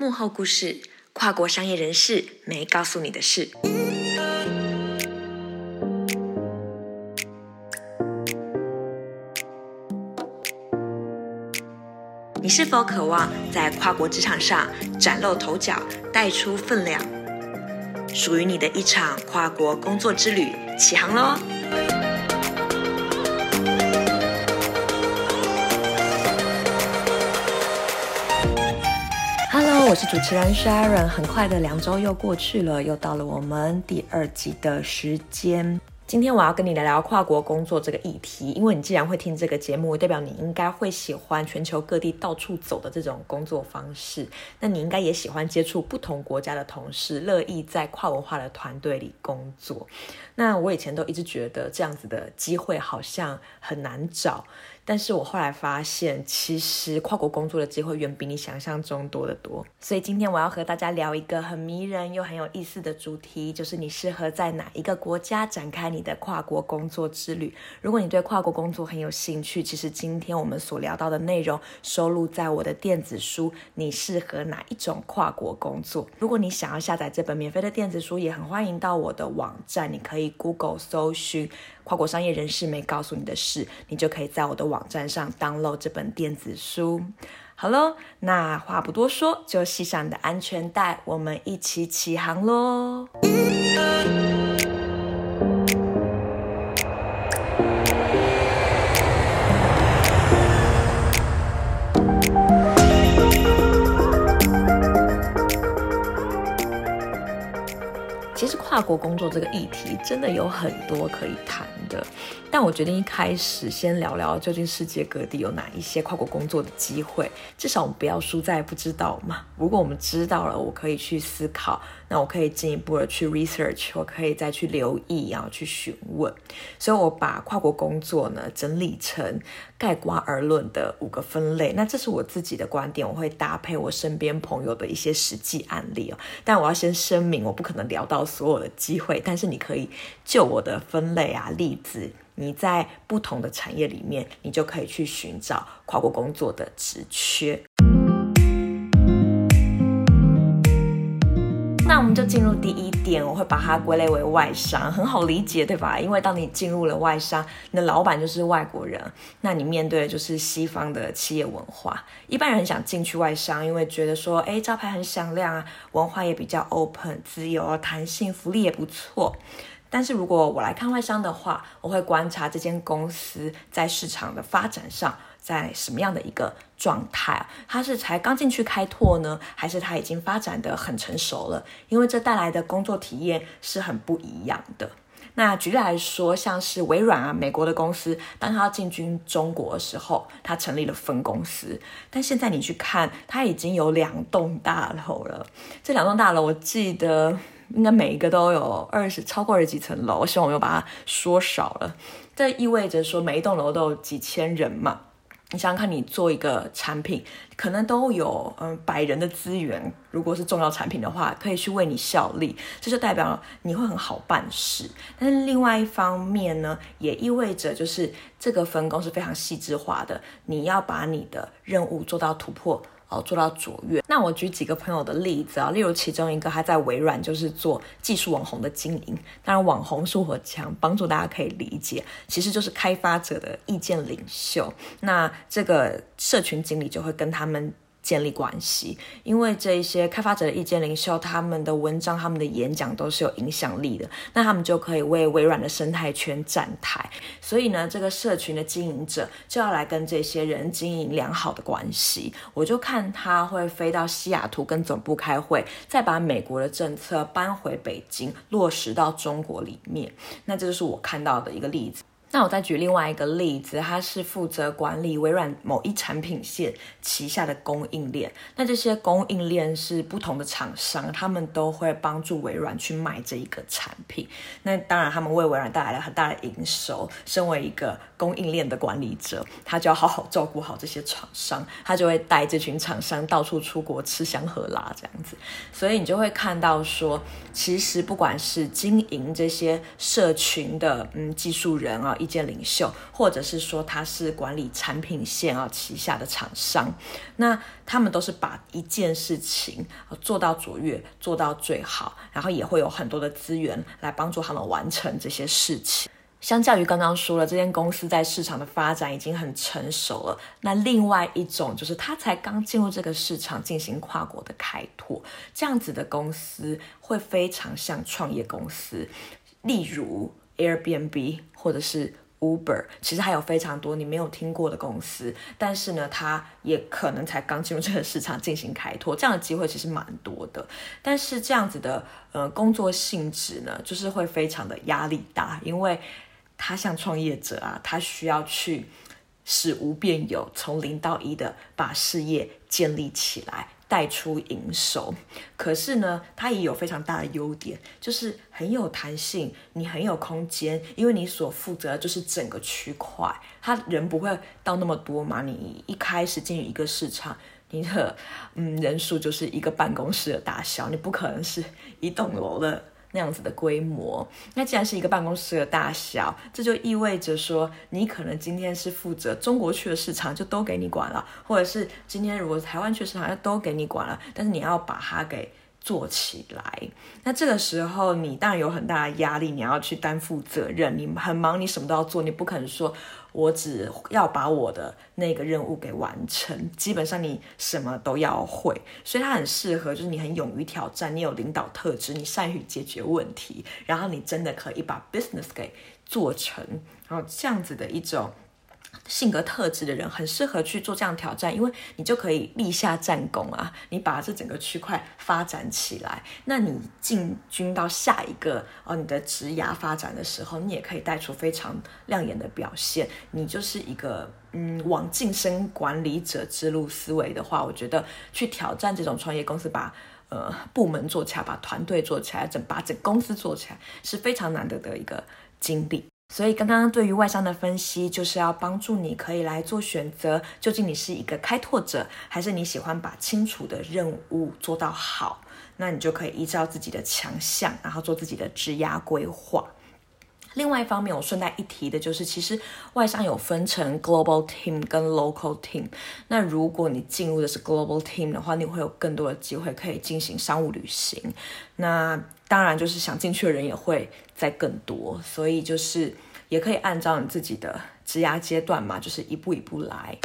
幕后故事，跨国商业人士没告诉你的事。你是否渴望在跨国职场上崭露头角，带出分量？属于你的一场跨国工作之旅起航咯！Hello， 我是主持人 Sharon。很快的2周又过去了，又到了我们第2集的时间。今天我要跟你聊聊跨国工作这个议题，因为你既然会听这个节目，代表你应该会喜欢全球各地到处走的这种工作方式。那你应该也喜欢接触不同国家的同事，乐意在跨文化的团队里工作。那我以前都一直觉得这样子的机会好像很难找，但是我后来发现，其实跨国工作的机会远比你想象中多得多。所以今天我要和大家聊一个很迷人又很有意思的主题，就是你适合在哪一个国家展开你的跨国工作之旅。如果你对跨国工作很有兴趣，其实今天我们所聊到的内容收录在我的电子书《你适合哪一种跨国工作》。如果你想要下载这本免费的电子书，也很欢迎到我的网站，你可以 Google 搜寻跨国商业人士没告诉你的事，你就可以在我的网站上 download 这本电子书。好咯，那话不多说，就系上你的安全带，我们一起起航咯。其实跨国工作这个议题真的有很多可以谈的，但我决定一开始先聊聊究竟世界各地有哪一些跨国工作的机会，至少我们不要输在不知道嘛。如果我们知道了，我可以去思考，那我可以进一步的去 research， 我可以再去留意，然后去询问。所以我把跨国工作呢整理成概括而论的5个分类。那这是我自己的观点，我会搭配我身边朋友的一些实际案例哦。但我要先声明，我不可能聊到所有的机会，但是你可以就我的分类例子，你在不同的产业里面，你就可以去寻找跨国工作的职缺。那我们就进入第一点，我会把它归类为外商，很好理解对吧？因为当你进入了外商，你的老板就是外国人，那你面对的就是西方的企业文化。一般人很想进去外商，因为觉得说招牌很响亮啊，文化也比较 open 自由弹性，福利也不错。但是如果我来看外商的话，我会观察这间公司在市场的发展上在什么样的一个状态，它是才刚进去开拓呢，还是它已经发展得很成熟了？因为这带来的工作体验是很不一样的。那举例来说，像是微软美国的公司，当它要进军中国的时候，它成立了分公司，但现在你去看，它已经有2栋大楼了。这2栋大楼我记得应该每一个都有超过20几层楼，我希望我又把它说少了。这意味着说每一栋楼都有几千人嘛。你想想看，你做一个产品，可能都有100人的资源，如果是重要产品的话，可以去为你效力，这就代表你会很好办事。但是另外一方面呢，也意味着就是这个分工是非常细致化的，你要把你的任务做到突破，做到卓越。那我举几个朋友的例子例如其中一个他在微软就是做技术网红的经营，当然网红是我讲帮助大家可以理解，其实就是开发者的意见领袖。那这个社群经理就会跟他们建立关系，因为这一些开发者的意见领袖，他们的文章他们的演讲都是有影响力的，那他们就可以为微软的生态圈站台。所以呢，这个社群的经营者就要来跟这些人经营良好的关系。我就看他会飞到西雅图跟总部开会，再把美国的政策搬回北京，落实到中国里面。那这就是我看到的一个例子。那我再举另外一个例子，他是负责管理微软某一产品线旗下的供应链。那这些供应链是不同的厂商，他们都会帮助微软去卖这一个产品。那当然他们为微软带来了很大的营收，身为一个供应链的管理者，他就要好好照顾好这些厂商，他就会带这群厂商到处出国吃香喝辣这样子。所以你就会看到说，其实不管是经营这些社群的技术人意见领袖，或者是说他是管理产品线旗下的厂商，那他们都是把一件事情做到卓越，做到最好，然后也会有很多的资源来帮助他们完成这些事情。相较于刚刚说了，这间公司在市场的发展已经很成熟了，那另外一种就是它才刚进入这个市场进行跨国的开拓，这样子的公司会非常像创业公司，例如 Airbnb 或者是 Uber， 其实还有非常多你没有听过的公司，但是呢，它也可能才刚进入这个市场进行开拓，这样的机会其实蛮多的。但是这样子的工作性质呢，就是会非常的压力大，因为他像创业者他需要去使无变有，从0到1的把事业建立起来，带出营收。可是呢，它也有非常大的优点，就是很有弹性，你很有空间，因为你所负责的就是整个区块，他人不会到那么多嘛。你一开始进入一个市场，你的人数就是一个办公室的大小，你不可能是一栋楼的那样子的规模。那既然是一个办公室的大小，这就意味着说，你可能今天是负责中国区的市场，就都给你管了，或者是今天如果台湾区的市场就都给你管了，但是你要把它给做起来。那这个时候你当然有很大的压力，你要去担负责任，你很忙，你什么都要做，你不可能说我只要把我的那个任务给完成，基本上你什么都要会，所以它很适合就是你很勇于挑战，你有领导特质，你善于解决问题，然后你真的可以把 business 给做成，然后这样子的一种性格特质的人很适合去做这样挑战，因为你就可以立下战功你把这整个区块发展起来，那你进军到下一个你的职涯发展的时候，你也可以带出非常亮眼的表现。你就是一个往晋升管理者之路思维的话，我觉得去挑战这种创业公司，把部门做起来，把团队做起来，把整公司做起来，是非常难得的一个经历。所以刚刚对于外商的分析，就是要帮助你可以来做选择，究竟你是一个开拓者，还是你喜欢把清楚的任务做到好，那你就可以依照自己的强项，然后做自己的职涯规划。另外一方面，我顺带一提的就是，其实外商有分成 global team 跟 local team。那如果你进入的是 global team 的话，你会有更多的机会可以进行商务旅行。那当然就是想进去的人也会再更多，所以就是也可以按照你自己的职涯阶段嘛，就是一步一步来。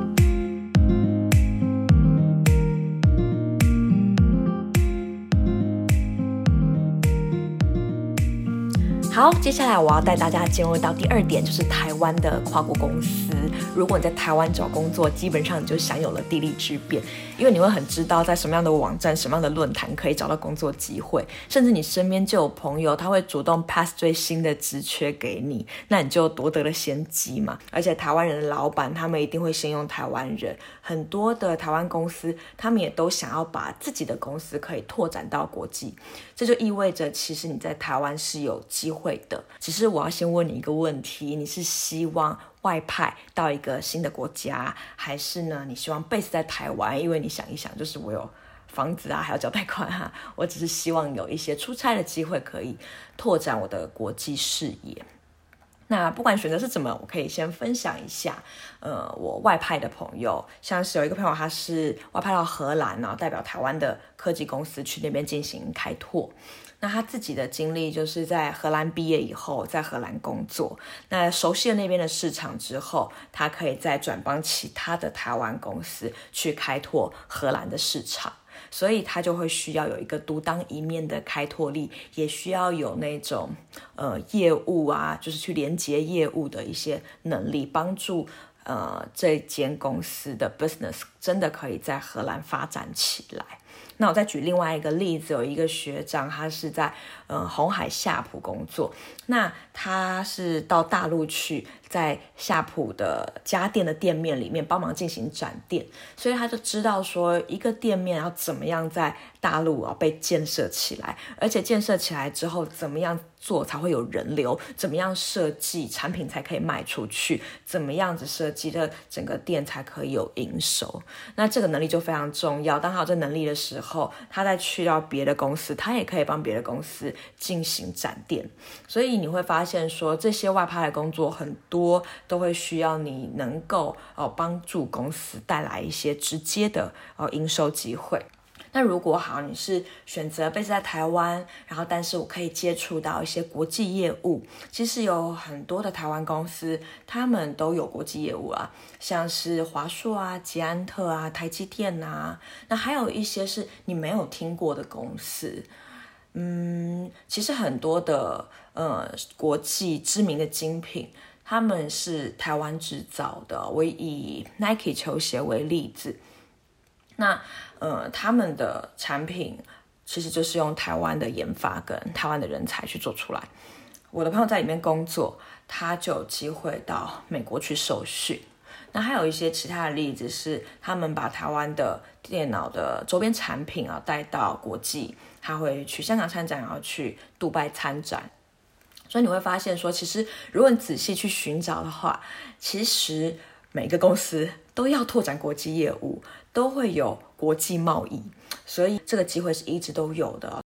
好，接下来我要带大家进入到第2点，就是台湾的跨国公司。如果你在台湾找工作，基本上你就享有了地利之便，因为你会很知道在什么样的网站、什么样的论坛可以找到工作机会，甚至你身边就有朋友他会主动 pass 最新的职缺给你，那你就夺得了先机嘛。而且台湾人的老板他们一定会先用台湾人，很多的台湾公司他们也都想要把自己的公司可以拓展到国际，这就意味着其实你在台湾是有机会的。只是我要先问你一个问题，你是希望外派到一个新的国家，还是呢你希望 base 在台湾？因为你想一想，就是我有房子还要缴贷款我只是希望有一些出差的机会可以拓展我的国际视野。那不管选择是怎么，我可以先分享一下我外派的朋友，像是有一个朋友他是外派到荷兰，然后代表台湾的科技公司去那边进行开拓。那他自己的经历就是在荷兰毕业以后，在荷兰工作，那熟悉了那边的市场之后，他可以再转帮其他的台湾公司去开拓荷兰的市场，所以他就会需要有一个独当一面的开拓力，也需要有那种业务就是去连接业务的一些能力，帮助这间公司的 business 真的可以在荷兰发展起来。那我再举另外一个例子，有一个学长，他是在鸿海夏普工作，那他是到大陆去，在夏普的家电的店面里面帮忙进行展店，所以他就知道说一个店面要怎么样在大陆被建设起来，而且建设起来之后怎么样做才会有人流，怎么样设计产品才可以卖出去，怎么样子设计的整个店才可以有营收。 那这个能力就非常重要。当他有这能力的时候，他再去到别的公司，他也可以帮别的公司进行展店。所以你会发现说，这些外派的工作很多都会需要你能够帮助公司带来一些直接的营收机会。那如果好，你是选择 base 在台湾，然后但是我可以接触到一些国际业务，其实有很多的台湾公司，他们都有国际业务啊，像是华硕啊、捷安特啊、台积电啊，那还有一些是你没有听过的公司。其实很多的国际知名的精品，他们是台湾制造的。我以 Nike 球鞋为例子，那他们的产品其实就是用台湾的研发跟台湾的人才去做出来。我的朋友在里面工作，他就有机会到美国去受训。那还有一些其他的例子是，他们把台湾的电脑的周边产品带到国际，他会去香港参展，然后去杜拜参展。所以你会发现说，其实如果你仔细去寻找的话，其实每个公司都要拓展国际业务，都会有国际贸易，所以这个机会是一直都有的。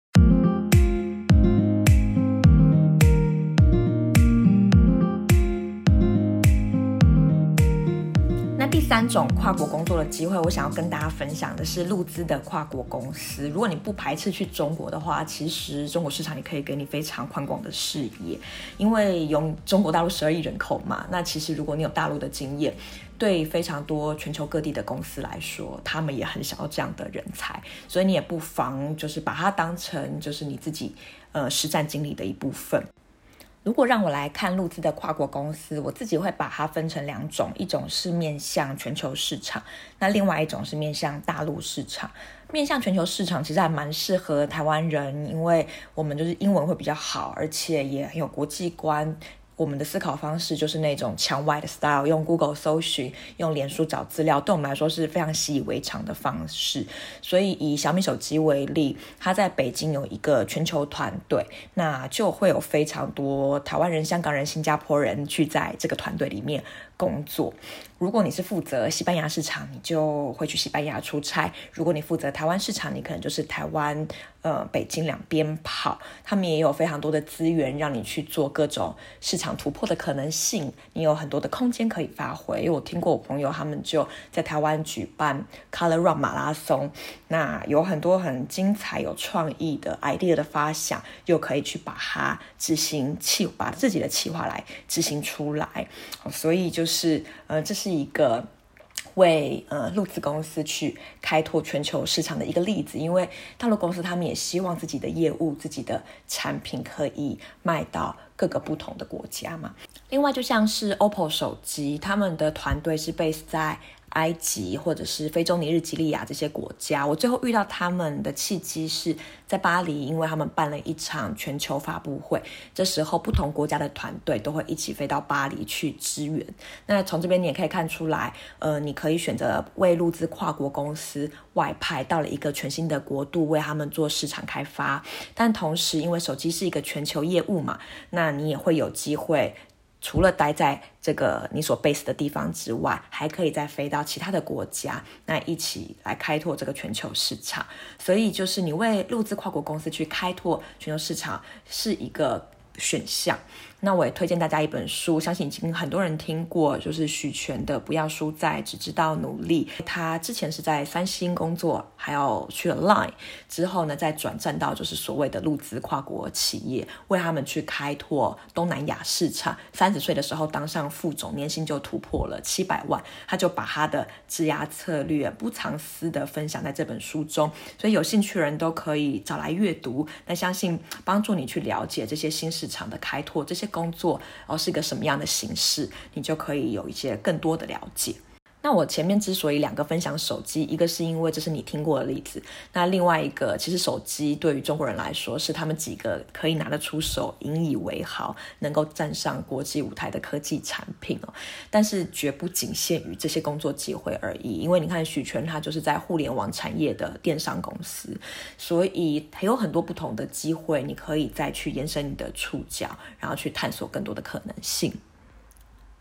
那第三种跨国工作的机会，我想要跟大家分享的是陆资的跨国公司。如果你不排斥去中国的话，其实中国市场也可以给你非常宽广的视野，因为有中国大陆12亿人口嘛。那其实如果你有大陆的经验，对非常多全球各地的公司来说，他们也很想要这样的人才，所以你也不妨就是把它当成就是你自己实战经历的一部分。如果让我来看陆资的跨国公司，我自己会把它分成2种，一种是面向全球市场，那另外一种是面向大陆市场。面向全球市场其实还蛮适合台湾人，因为我们就是英文会比较好，而且也很有国际观。我们的思考方式就是那种墙外的 style， 用 Google 搜寻，用脸书找资料，对我们来说是非常习以为常的方式。所以以小米手机为例，它在北京有一个全球团队，那就会有非常多台湾人、香港人、新加坡人去在这个团队里面工作。如果你是负责西班牙市场，你就会去西班牙出差；如果你负责台湾市场，你可能就是台湾、北京两边跑。他们也有非常多的资源让你去做各种市场突破的可能性，你有很多的空间可以发挥。因为我听过我朋友他们就在台湾举办 Color Run 马拉松，那有很多很精彩有创意的 idea 的发想，又可以去把它把自己的企划来执行出来。所以就是这是一个为陆资公司去开拓全球市场的一个例子。因为大陆公司他们也希望自己的业务、自己的产品可以卖到各个不同的国家嘛。另外就像是 OPPO 手机，他们的团队是 base 在埃及或者是非洲尼日吉利亚这些国家。我最后遇到他们的契机是在巴黎，因为他们办了一场全球发布会，这时候不同国家的团队都会一起飞到巴黎去支援。那从这边你也可以看出来，你可以选择为陆资跨国公司外派到了一个全新的国度，为他们做市场开发。但同时因为手机是一个全球业务嘛，那你也会有机会除了待在这个你所 base 的地方之外，还可以再飞到其他的国家，那一起来开拓这个全球市场。所以就是你为陆资跨国公司去开拓全球市场是一个选项。那我也推荐大家一本书，相信已经很多人听过，就是许权的《不要输在只知道努力》。他之前是在三星工作，还有去了 Line 之后呢，再转战到就是所谓的陆资跨国企业，为他们去开拓东南亚市场。30岁的时候当上副总，年薪就突破了700万。他就把他的职涯策略不藏私的分享在这本书中，所以有兴趣的人都可以找来阅读。那相信帮助你去了解这些新市场的开拓，这些工作是一个什么样的形式，你就可以有一些更多的了解。那我前面之所以2个分享手机，一个是因为这是你听过的例子，那另外一个其实手机对于中国人来说是他们几个可以拿得出手、引以为豪、能够站上国际舞台的科技产品但是绝不仅限于这些工作机会而已。因为你看许权他就是在互联网产业的电商公司，所以还有很多不同的机会，你可以再去延伸你的触角，然后去探索更多的可能性。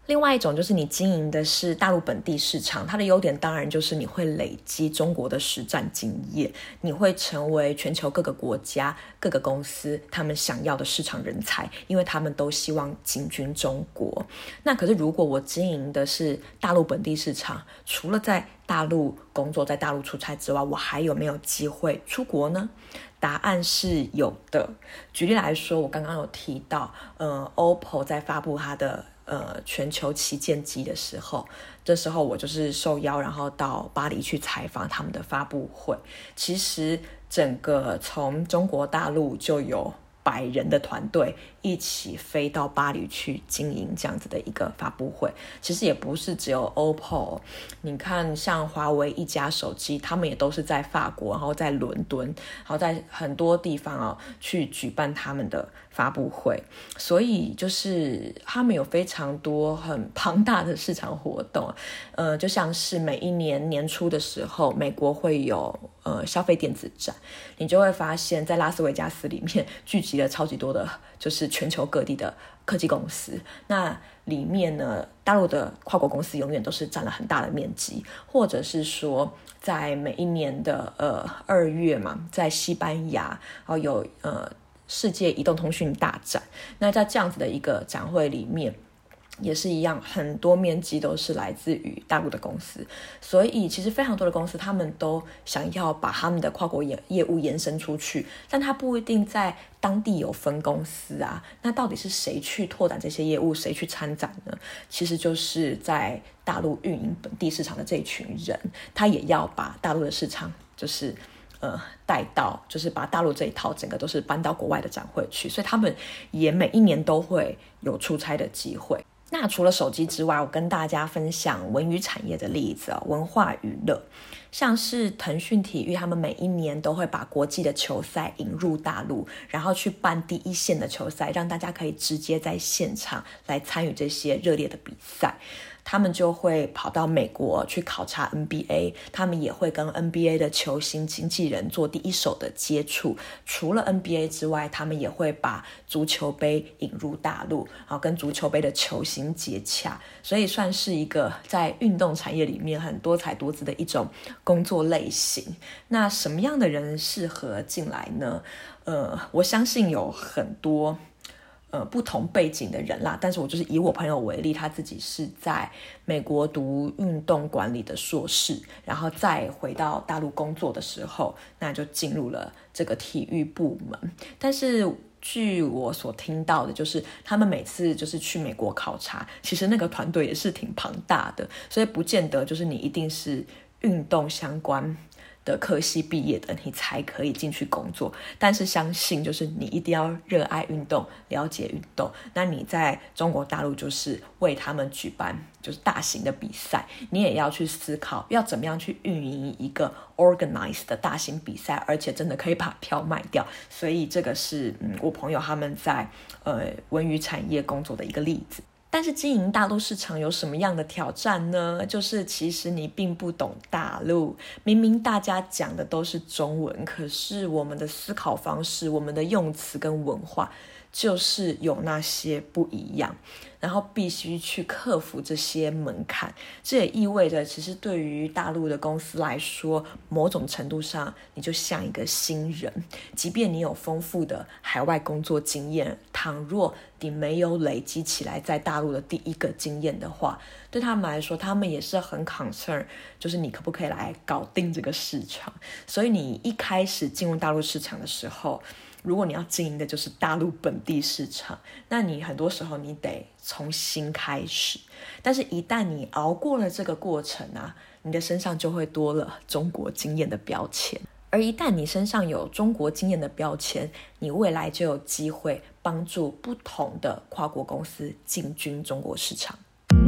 另外一种就是你经营的是大陆本地市场，它的优点当然就是你会累积中国的实战经验，你会成为全球各个国家各个公司他们想要的市场人才，因为他们都希望进军中国。那可是如果我经营的是大陆本地市场，除了在大陆工作在大陆出差之外，我还有没有机会出国呢？答案是有的。举例来说，我刚刚有提到OPPO 在发布它的全球旗舰机的时候，这时候我就是受邀，然后到巴黎去采访他们的发布会。其实整个从中国大陆就有100人的团队一起飞到巴黎去经营这样子的一个发布会。其实也不是只有 OPPO， 你看像华为一家手机，他们也都是在法国，然后在伦敦，然后在很多地方去举办他们的发布会。所以就是他们有非常多很庞大的市场活动，就像是每一年年初的时候，美国会有消费电子展，你就会发现在拉斯维加斯里面聚集了超级多的就是全球各地的科技公司。那里面呢，大陆的跨国公司永远都是占了很大的面积，或者是说在每一年的2月嘛，在西班牙有世界移动通讯大展。那在这样子的一个展会里面也是一样，很多面积都是来自于大陆的公司，所以其实非常多的公司他们都想要把他们的跨国业务延伸出去，但他不一定在当地有分公司啊。那到底是谁去拓展这些业务，谁去参展呢？其实就是在大陆运营本地市场的这一群人，他也要把大陆的市场就是带到，就是把大陆这一套整个都是搬到国外的展会去，所以他们也每一年都会有出差的机会。那除了手机之外，我跟大家分享文娱产业的例子文化娱乐，像是腾讯体育，他们每一年都会把国际的球赛引入大陆，然后去办第一线的球赛，让大家可以直接在现场来参与这些热烈的比赛。他们就会跑到美国去考察 NBA， 他们也会跟 NBA 的球星经纪人做第一手的接触。除了 NBA 之外，他们也会把足球杯引入大陆，然后跟足球杯的球星接洽，所以算是一个在运动产业里面很多彩多姿的一种工作类型。那什么样的人适合进来呢？我相信有很多不同背景的人啦，但是我就是以我朋友为例，他自己是在美国读运动管理的硕士，然后再回到大陆工作的时候，那就进入了这个体育部门。但是据我所听到的，就是他们每次就是去美国考察，其实那个团队也是挺庞大的，所以不见得就是你一定是运动相关的科系毕业的你才可以进去工作，但是相信就是你一定要热爱运动，了解运动。那你在中国大陆就是为他们举办就是大型的比赛，你也要去思考要怎么样去运营一个 organized 的大型比赛，而且真的可以把票卖掉。所以这个是我朋友他们在文娱产业工作的一个例子。但是经营大陆市场有什么样的挑战呢？就是其实你并不懂大陆，明明大家讲的都是中文，可是我们的思考方式，我们的用词跟文化就是有那些不一样，然后必须去克服这些门槛。这也意味着其实对于大陆的公司来说，某种程度上你就像一个新人，即便你有丰富的海外工作经验，倘若你没有累积起来在大陆的第一个经验的话，对他们来说他们也是很 concern， 就是你可不可以来搞定这个市场。所以你一开始进入大陆市场的时候，如果你要经营的就是大陆本地市场，那你很多时候你得从新开始。但是一旦你熬过了这个过程啊，你的身上就会多了中国经验的标签。而一旦你身上有中国经验的标签，你未来就有机会帮助不同的跨国公司进军中国市场。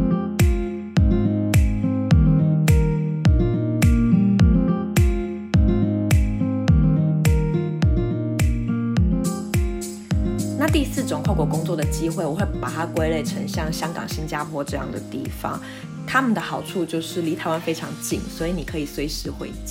那第4种跨国工作的机会，我会把它归类成像香港、新加坡这样的地方。他们的好处就是离台湾非常近，所以你可以随时回家。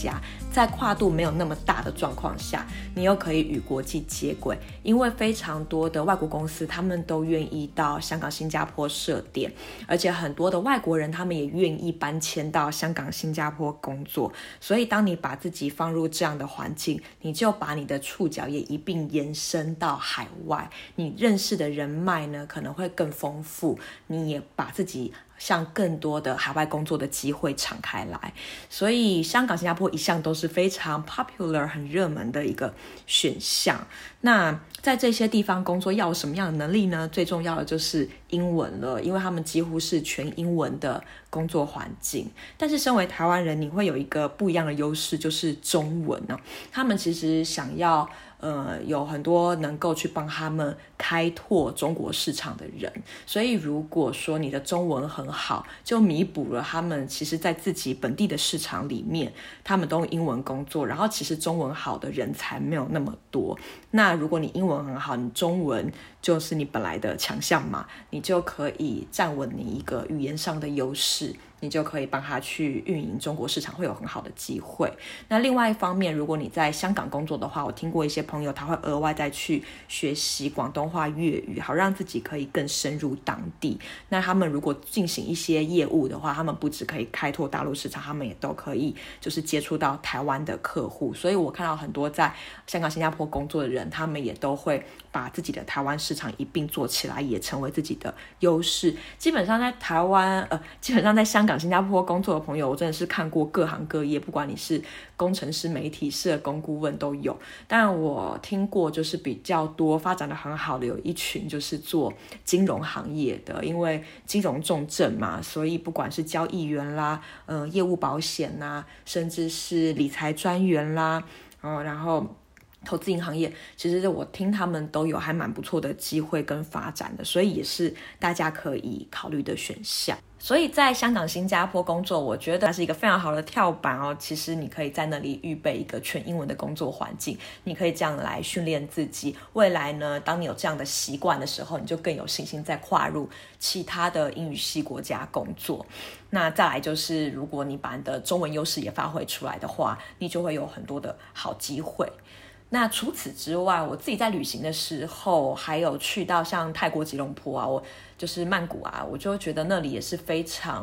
在跨度没有那么大的状况下，你又可以与国际接轨，因为非常多的外国公司他们都愿意到香港、新加坡设点，而且很多的外国人他们也愿意搬迁到香港、新加坡工作，所以当你把自己放入这样的环境，你就把你的触角也一并延伸到海外，你认识的人脉呢可能会更丰富，你也把自己向更多的海外工作的机会敞开来，所以香港、新加坡一向都是非常 popular 很热门的一个选项。那在这些地方工作要有什么样的能力呢？最重要的就是英文了，因为他们几乎是全英文的工作环境。但是身为台湾人，你会有一个不一样的优势，就是中文呢。他们其实想要有很多能够去帮他们开拓中国市场的人，所以如果说你的中文很好，就弥补了他们其实在自己本地的市场里面，他们都用英文工作，然后其实中文好的人才没有那么多。那如果你英文很好，你中文就是你本来的强项嘛，你就可以站稳你一个语言上的优势，你就可以帮他去运营中国市场，会有很好的机会。那另外一方面，如果你在香港工作的话，我听过一些朋友他会额外再去学习广东话、粤语，好让自己可以更深入当地。那他们如果进行一些业务的话，他们不只可以开拓大陆市场，他们也都可以就是接触到台湾的客户。所以我看到很多在香港、新加坡工作的人，他们也都会把自己的台湾市场一并做起来，也成为自己的优势。基本上在台湾基本上在香港、新加坡工作的朋友，我真的是看过各行各业，不管你是工程师、媒体、社工、顾问都有。但我听过就是比较多发展的很好的有一群就是做金融行业的，因为金融重镇嘛，所以不管是交易员啦、业务保险啦，甚至是理财专员啦，然后投资银行业，其实我听他们都有还蛮不错的机会跟发展的，所以也是大家可以考虑的选项。所以在香港、新加坡工作，我觉得它是一个非常好的跳板哦。其实你可以在那里预备一个全英文的工作环境，你可以这样来训练自己。未来呢，当你有这样的习惯的时候，你就更有信心再跨入其他的英语系国家工作。那再来就是，如果你把你的中文优势也发挥出来的话，你就会有很多的好机会。那除此之外，我自己在旅行的时候，还有去到像泰国吉隆坡啊，我就是曼谷啊，我就觉得那里也是非常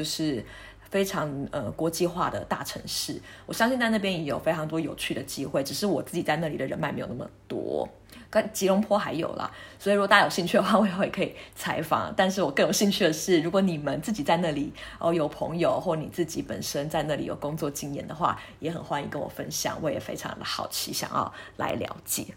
国际化的大城市。我相信在那边也有非常多有趣的机会，只是我自己在那里的人脉没有那么多。跟吉隆坡还有啦，所以如果大家有兴趣的话，我也会可以采访。但是我更有兴趣的是，如果你们自己在那里有朋友，或你自己本身在那里有工作经验的话，也很欢迎跟我分享。我也非常的好奇，想要来了解。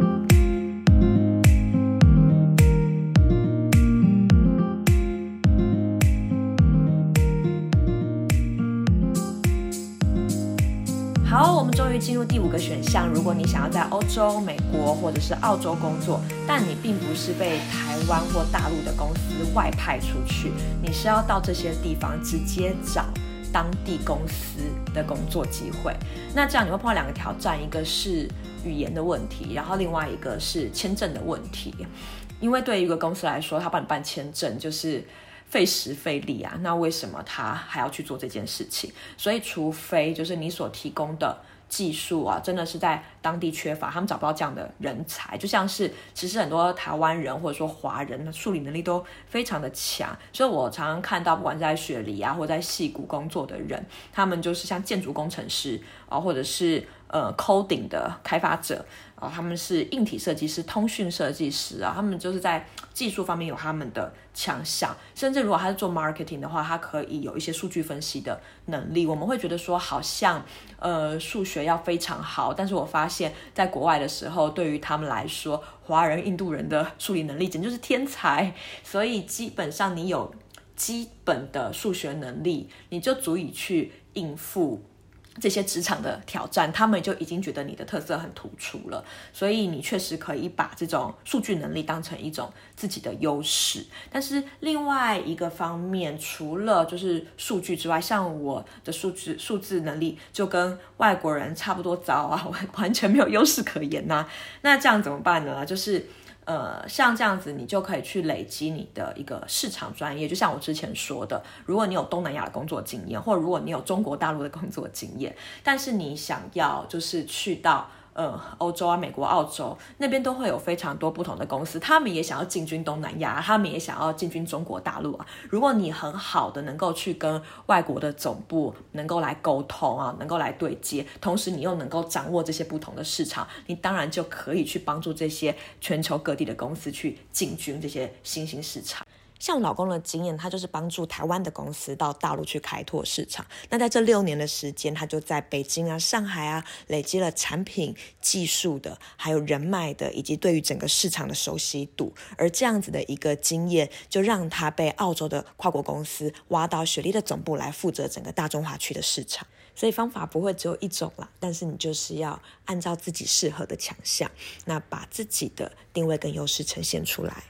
好，我们终于进入第5个选项。如果你想要在欧洲、美国或者是澳洲工作，但你并不是被台湾或大陆的公司外派出去，你是要到这些地方直接找当地公司的工作机会。那这样你会碰到2个挑战，一个是语言的问题，然后另外一个是签证的问题。因为对于一个公司来说，他帮你办签证就是费时费力啊，那为什么他还要去做这件事情？所以除非就是你所提供的技术啊，真的是在当地缺乏，他们找不到这样的人才。就像是其实很多台湾人或者说华人的数理能力都非常的强，所以我常常看到不管在雪梨啊或者在矽谷工作的人，他们就是像建筑工程师或者是coding 的开发者他们是硬体设计师、通讯设计师他们就是在技术方面有他们的强项，甚至如果他是做 marketing 的话，他可以有一些数据分析的能力。我们会觉得说好像数学要非常好，但是我发现在国外的时候，对于他们来说，华人、印度人的数理能力简直就是天才，所以基本上你有基本的数学能力，你就足以去应付这些职场的挑战，他们就已经觉得你的特色很突出了，所以你确实可以把这种数据能力当成一种自己的优势。但是另外一个方面，除了就是数据之外，像我的数字能力就跟外国人差不多糟我完全没有优势可言那这样怎么办呢？就是像这样子你就可以去累积你的一个市场专业，就像我之前说的，如果你有东南亚的工作经验，或者如果你有中国大陆的工作经验，但是你想要就是去到欧洲啊、美国、澳洲那边都会有非常多不同的公司，他们也想要进军东南亚，他们也想要进军中国大陆啊。如果你很好的能够去跟外国的总部能够来沟通啊，能够来对接，同时你又能够掌握这些不同的市场，你当然就可以去帮助这些全球各地的公司去进军这些新兴市场。像我老公的经验，他就是帮助台湾的公司到大陆去开拓市场。那在这6年的时间，他就在北京啊、上海啊，累积了产品、技术的，还有人脉的，以及对于整个市场的熟悉度。而这样子的一个经验，就让他被澳洲的跨国公司挖到雪莉的总部来负责整个大中华区的市场。所以方法不会只有一种啦，但是你就是要按照自己适合的强项，那把自己的定位跟优势呈现出来。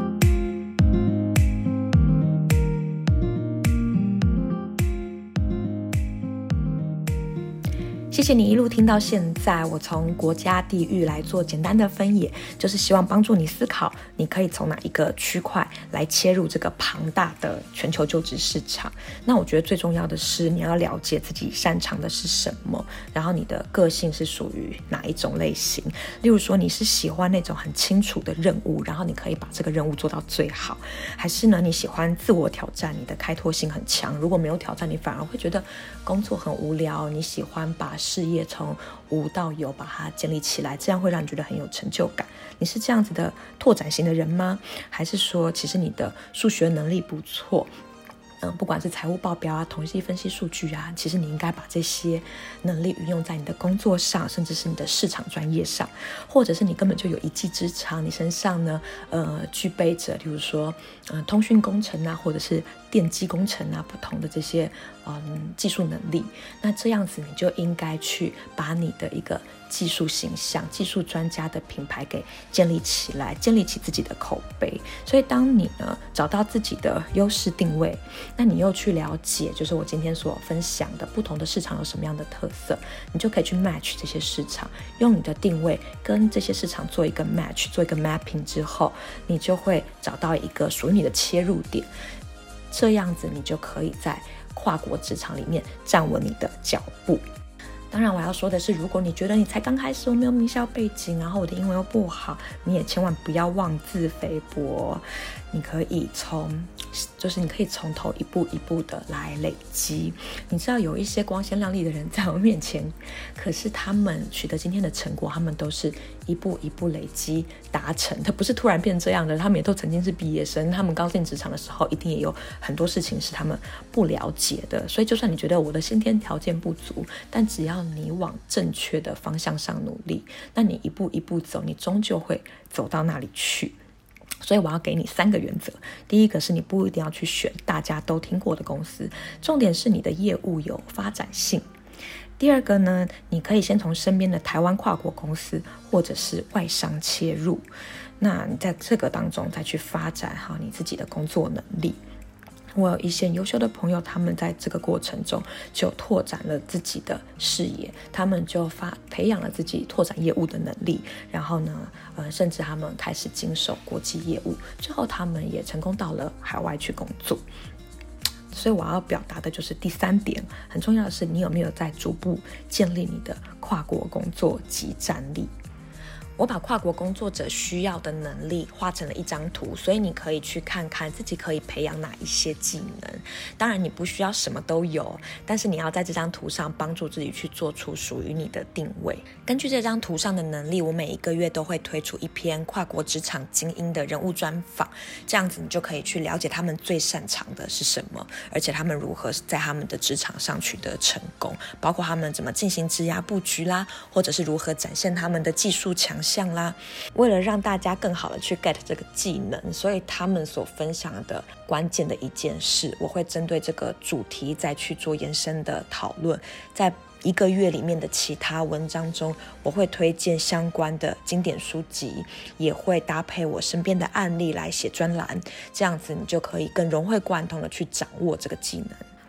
谢谢你一路听到现在，我从国家地域来做简单的分野，就是希望帮助你思考，你可以从哪一个区块来切入这个庞大的全球就职市场。那我觉得最重要的是你要了解自己擅长的是什么，然后你的个性是属于哪一种类型。例如说你是喜欢那种很清楚的任务，然后你可以把这个任务做到最好，还是呢你喜欢自我挑战，你的开拓性很强，如果没有挑战你反而会觉得工作很无聊，你喜欢把事业从无到有把它建立起来，这样会让你觉得很有成就感。你是这样子的拓展型的人吗？还是说其实你的数学能力不错，不管是财务报表啊、统计分析数据啊，其实你应该把这些能力运用在你的工作上，甚至是你的市场专业上，或者是你根本就有一技之长，你身上呢具备着比如说通讯工程啊，或者是电机工程啊，不同的这些技术能力。那这样子你就应该去把你的一个技术形象、技术专家的品牌给建立起来，建立起自己的口碑。所以当你呢找到自己的优势定位，那你又去了解就是我今天所分享的不同的市场有什么样的特色，你就可以去 match 这些市场，用你的定位跟这些市场做一个 match， 做一个 mapping 之后，你就会找到一个属于你的切入点，这样子你就可以在跨国职场里面站稳你的脚步。当然我要说的是，如果你觉得你才刚开始，我没有名校背景，然后我的英文又不好，你也千万不要妄自菲薄，你可以从头一步一步的来累积。你知道有一些光鲜亮丽的人在我面前，可是他们取得今天的成果，他们都是一步一步累积达成，他不是突然变这样的，他们也都曾经是毕业生，他们刚进职场的时候一定也有很多事情是他们不了解的。所以就算你觉得我的先天条件不足，但只要你往正确的方向上努力，那你一步一步走，你终究会走到那里去。所以我要给你3个原则。第一个是你不一定要去选大家都听过的公司，重点是你的业务有发展性。第二个呢，你可以先从身边的台湾跨国公司或者是外商切入，那你在这个当中再去发展好你自己的工作能力。我有一些优秀的朋友，他们在这个过程中就拓展了自己的视野，他们就培养了自己拓展业务的能力，然后呢甚至他们开始经手国际业务，最后他们也成功到了海外去工作。所以我要表达的就是第3点，很重要的是你有没有在逐步建立你的跨国工作即战力。我把跨国工作者需要的能力画成了一张图，所以你可以去看看自己可以培养哪一些技能。当然你不需要什么都有，但是你要在这张图上帮助自己去做出属于你的定位。根据这张图上的能力，我每1个月都会推出一篇跨国职场精英的人物专访，这样子你就可以去了解他们最擅长的是什么，而且他们如何在他们的职场上取得成功，包括他们怎么进行职涯布局啦，或者是如何展现他们的技术强项啦。为了让大家更好的去 get 这个技能，所以他们所分享的关键的一件事，我会针对这个主题再去做延伸的讨论。在1个月里面的其他文章中，我会推荐相关的经典书籍，也会搭配我身边的案例来写专栏，这样子你就可以更融会贯通的去掌握这个技能。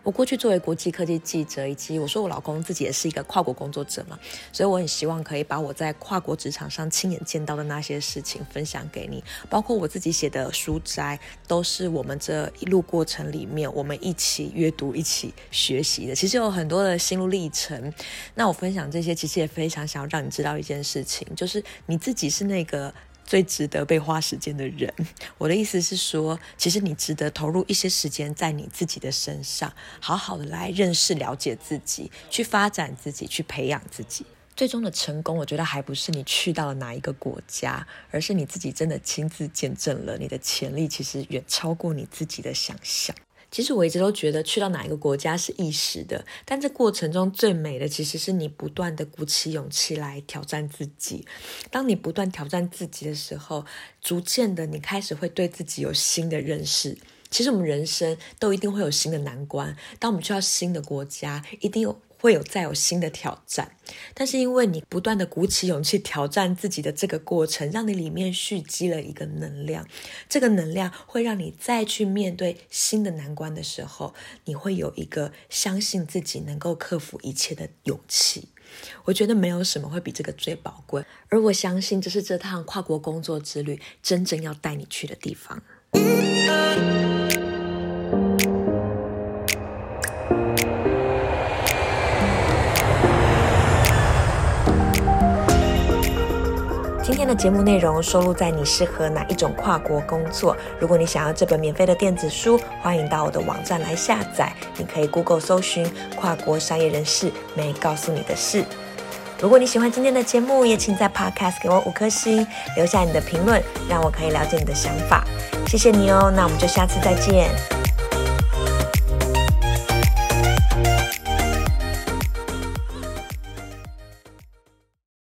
我过去作为国际科技记者，以及我说我老公自己也是一个跨国工作者嘛，所以我很希望可以把我在跨国职场上亲眼见到的那些事情分享给你，包括我自己写的书摘，都是我们这一路过程里面我们一起阅读、一起学习的。其实有很多的心路历程，那我分享这些其实也非常想要让你知道一件事情，就是你自己是那个最值得被花时间的人。我的意思是说，其实你值得投入一些时间在你自己的身上，好好的来认识了解自己，去发展自己，去培养自己。最终的成功，我觉得还不是你去到了哪一个国家，而是你自己真的亲自见证了你的潜力其实远超过你自己的想象。其实我一直都觉得去到哪一个国家是一时的，但这过程中最美的其实是你不断的鼓起勇气来挑战自己。当你不断挑战自己的时候，逐渐的你开始会对自己有新的认识。其实我们人生都一定会有新的难关，当我们去到新的国家，一定会再有新的挑战，但是因为你不断的鼓起勇气挑战自己的这个过程，让你里面蓄积了一个能量，这个能量会让你再去面对新的难关的时候，你会有一个相信自己能够克服一切的勇气。我觉得没有什么会比这个最宝贵，而我相信这是这趟跨国工作之旅真正要带你去的地方。今天的节目内容收录在你适合哪一种跨国工作。如果你想要这本免费的电子书，欢迎到我的网站来下载。你可以 Google 搜寻跨国商业人士没告诉你的事。如果你喜欢今天的节目，也请在 Podcast 给我5颗星，留下你的评论，让我可以了解你的想法。谢谢你哦，那我们就下次再见。